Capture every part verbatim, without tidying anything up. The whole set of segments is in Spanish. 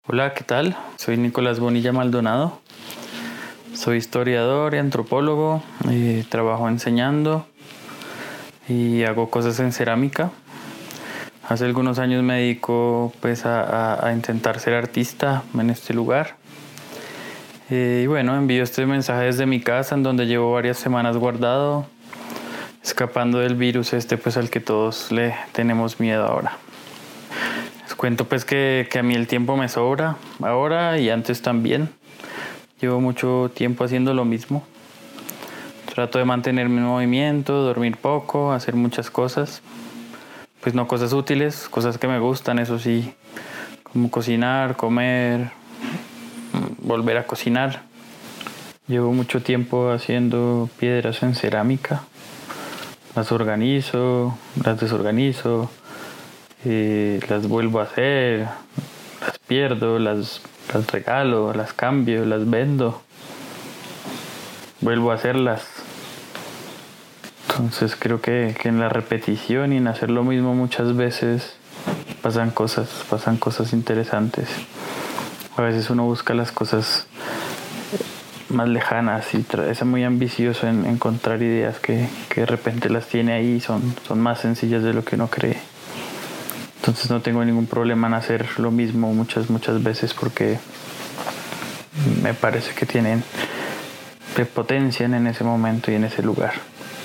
Hola, ¿qué tal? Soy Nicolás Bonilla Maldonado. Soy historiador y antropólogo. Y trabajo enseñando y hago cosas en cerámica. Hace algunos años me dedico pues, a, a, a intentar ser artista en este lugar. Eh, y bueno, envío este mensaje desde mi casa, en donde llevo varias semanas guardado, escapando del virus este pues, al que todos le tenemos miedo ahora. Les cuento pues que, que a mí el tiempo me sobra, ahora y antes también. Llevo mucho tiempo haciendo lo mismo. Trato de mantenerme en movimiento, dormir poco, hacer muchas cosas. Pues no cosas útiles, cosas que me gustan, eso sí, como cocinar, comer, volver a cocinar. Llevo mucho tiempo haciendo piedras en cerámica. Las organizo, las desorganizo, eh, las vuelvo a hacer, las pierdo, las, las regalo, las cambio, las vendo, vuelvo a hacerlas. Entonces creo que, que en la repetición y en hacer lo mismo muchas veces pasan cosas, pasan cosas interesantes. A veces uno busca las cosas más lejanas y es muy ambicioso en encontrar ideas que, que de repente las tiene ahí y son, son más sencillas de lo que uno cree. Entonces no tengo ningún problema en hacer lo mismo muchas, muchas veces porque me parece que tienen potencia en ese momento y en ese lugar.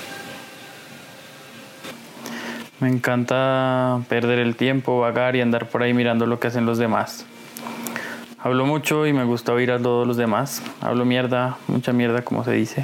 Me encanta perder el tiempo, vagar y andar por ahí mirando lo que hacen los demás. Hablo mucho y me gusta oír a todos los demás. Hablo mierda, mucha mierda como se dice.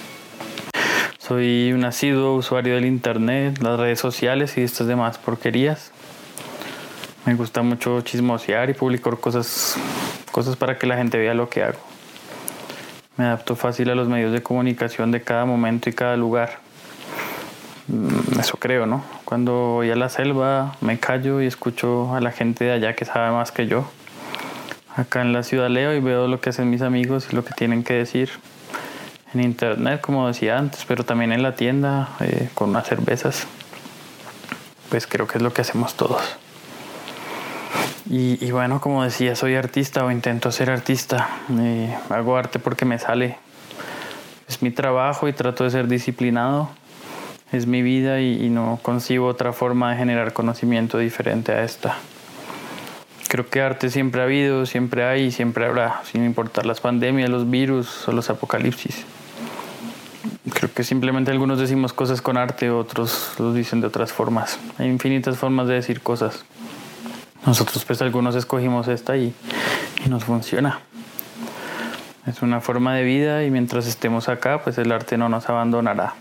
Soy un asiduo usuario del internet, las redes sociales y estas demás porquerías. Me gusta mucho chismosear y publicar cosas, cosas para que la gente vea lo que hago. Me adapto fácil a los medios de comunicación de cada momento y cada lugar. Eso creo, ¿no? Cuando voy a la selva me callo y escucho a la gente de allá que sabe más que yo. Acá en la ciudad leo y veo lo que hacen mis amigos y lo que tienen que decir. En internet, como decía antes, pero también en la tienda eh, con unas cervezas. Pues creo que es lo que hacemos todos. Y, y bueno, como decía, soy artista o intento ser artista. Eh, hago arte porque me sale. Es mi trabajo y trato de ser disciplinado. Es mi vida y, y no concibo otra forma de generar conocimiento diferente a esta. Creo que arte siempre ha habido, siempre hay y siempre habrá, sin importar las pandemias, los virus o los apocalipsis. Creo que simplemente algunos decimos cosas con arte, otros los dicen de otras formas. Hay infinitas formas de decir cosas. Nosotros pues algunos escogimos esta y, y nos funciona. Es una forma de vida y mientras estemos acá, pues el arte no nos abandonará.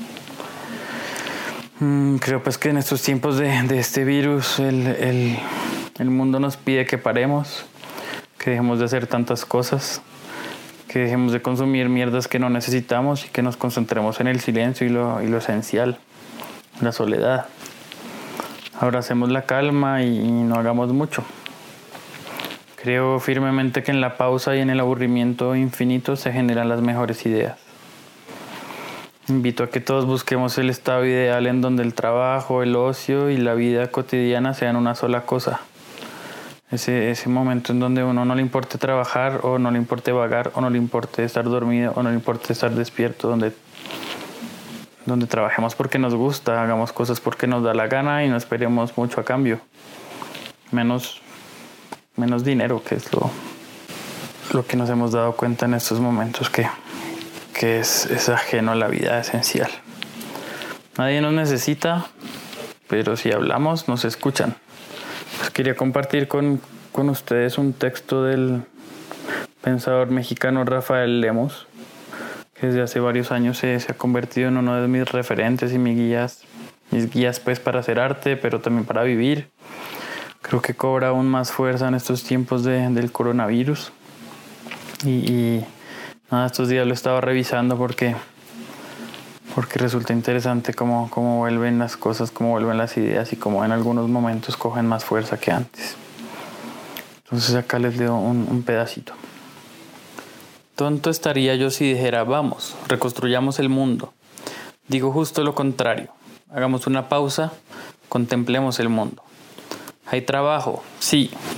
Mm, creo pues que en estos tiempos de, de este virus, el... el El mundo nos pide que paremos, que dejemos de hacer tantas cosas, que dejemos de consumir mierdas que no necesitamos y que nos concentremos en el silencio y lo, y lo esencial, la soledad. Abracemos la calma y, y no hagamos mucho. Creo firmemente que en la pausa y en el aburrimiento infinito se generan las mejores ideas. Invito a que todos busquemos el estado ideal en donde el trabajo, el ocio y la vida cotidiana sean una sola cosa. Ese, ese momento en donde a uno no le importe trabajar o no le importe vagar o no le importe estar dormido o no le importe estar despierto, donde, donde trabajemos porque nos gusta, hagamos cosas porque nos da la gana y no esperemos mucho a cambio. Menos, menos dinero, que es lo, lo que nos hemos dado cuenta en estos momentos que, que es, es ajeno a la vida esencial. Nadie nos necesita, pero si hablamos nos escuchan. Pues quería compartir con, con ustedes un texto del pensador mexicano Rafael Lemus, que desde hace varios años se, se ha convertido en uno de mis referentes y mis guías, mis guías pues para hacer arte, pero también para vivir. Creo que cobra aún más fuerza en estos tiempos de, del coronavirus. Y, y nada, estos días lo he estado revisando porque, porque resulta interesante cómo, cómo vuelven las cosas, cómo vuelven las ideas y cómo en algunos momentos cogen más fuerza que antes. Entonces acá les leo un, un pedacito. Tonto estaría yo si dijera, vamos, reconstruyamos el mundo. Digo justo lo contrario. Hagamos una pausa, contemplemos el mundo. Hay trabajo, sí,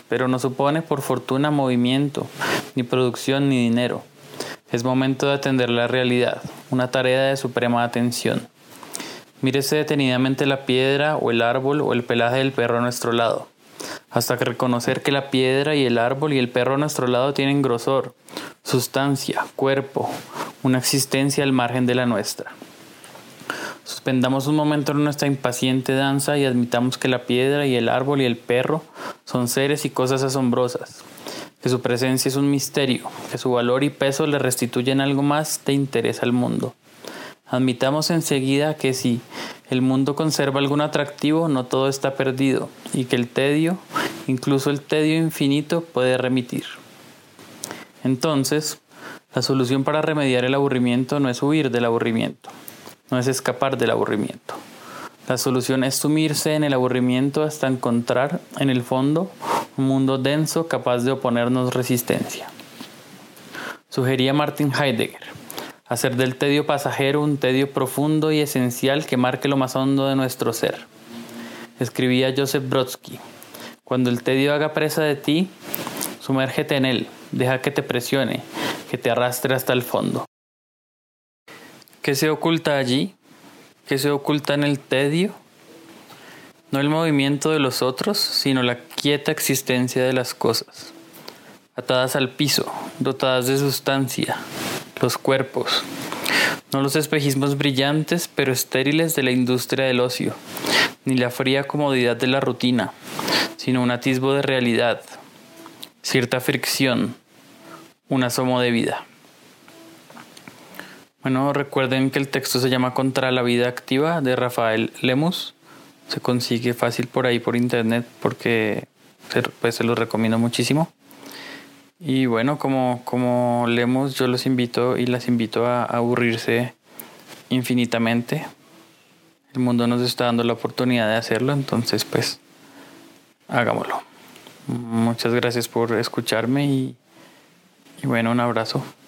pero no supone por fortuna movimiento, ni producción, ni dinero. Es momento de atender la realidad, una tarea de suprema atención. Mírese detenidamente la piedra o el árbol o el pelaje del perro a nuestro lado, hasta que reconocer que la piedra y el árbol y el perro a nuestro lado tienen grosor, sustancia, cuerpo, una existencia al margen de la nuestra. Suspendamos un momento en nuestra impaciente danza y admitamos que la piedra y el árbol y el perro son seres y cosas asombrosas, que su presencia es un misterio, que su valor y peso le restituyen algo más de interés al mundo. Admitamos enseguida que si el mundo conserva algún atractivo, no todo está perdido, y que el tedio, incluso el tedio infinito, puede remitir. Entonces, la solución para remediar el aburrimiento no es huir del aburrimiento, no es escapar del aburrimiento. La solución es sumirse en el aburrimiento hasta encontrar, en el fondo, un mundo denso capaz de oponernos resistencia. Sugería Martin Heidegger, hacer del tedio pasajero un tedio profundo y esencial que marque lo más hondo de nuestro ser. Escribía Joseph Brodsky, cuando el tedio haga presa de ti, sumérgete en él, deja que te presione, que te arrastre hasta el fondo. ¿Qué se oculta allí? ¿Qué se oculta en el tedio? No el movimiento de los otros, sino la quieta existencia de las cosas, atadas al piso, dotadas de sustancia, los cuerpos, no los espejismos brillantes pero estériles de la industria del ocio, ni la fría comodidad de la rutina, sino un atisbo de realidad, cierta fricción, un asomo de vida. Bueno, recuerden que el texto se llama Contra la vida activa, de Rafael Lemus. Se consigue fácil por ahí por internet porque pues, se los recomiendo muchísimo. Y bueno, como, como Lemus, yo los invito y las invito a aburrirse infinitamente. El mundo nos está dando la oportunidad de hacerlo, entonces pues hagámoslo. Muchas gracias por escucharme y, y bueno, un abrazo.